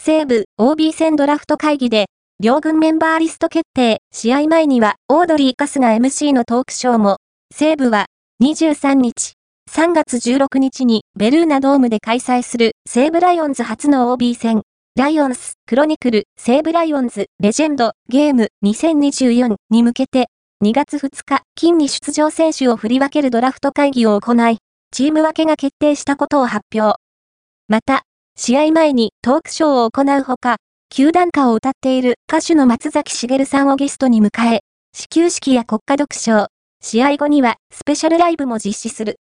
西武 OB 戦ドラフト会議で、両軍メンバーリスト決定、試合前にはオードリー・春日 MC のトークショーも、西武は23日、3月16日にベルーナドームで開催する西武ライオンズ初の OB 戦、ライオンスクロニクル西武ライオンズレジェンドゲーム2024に向けて、2月2日、金に出場選手を振り分けるドラフト会議を行い、チーム分けが決定したことを発表。また、試合前にトークショーを行うほか、球団歌を歌っている歌手の松崎しげるさんをゲストに迎え、始球式や国歌読唱、試合後にはスペシャルライブも実施する。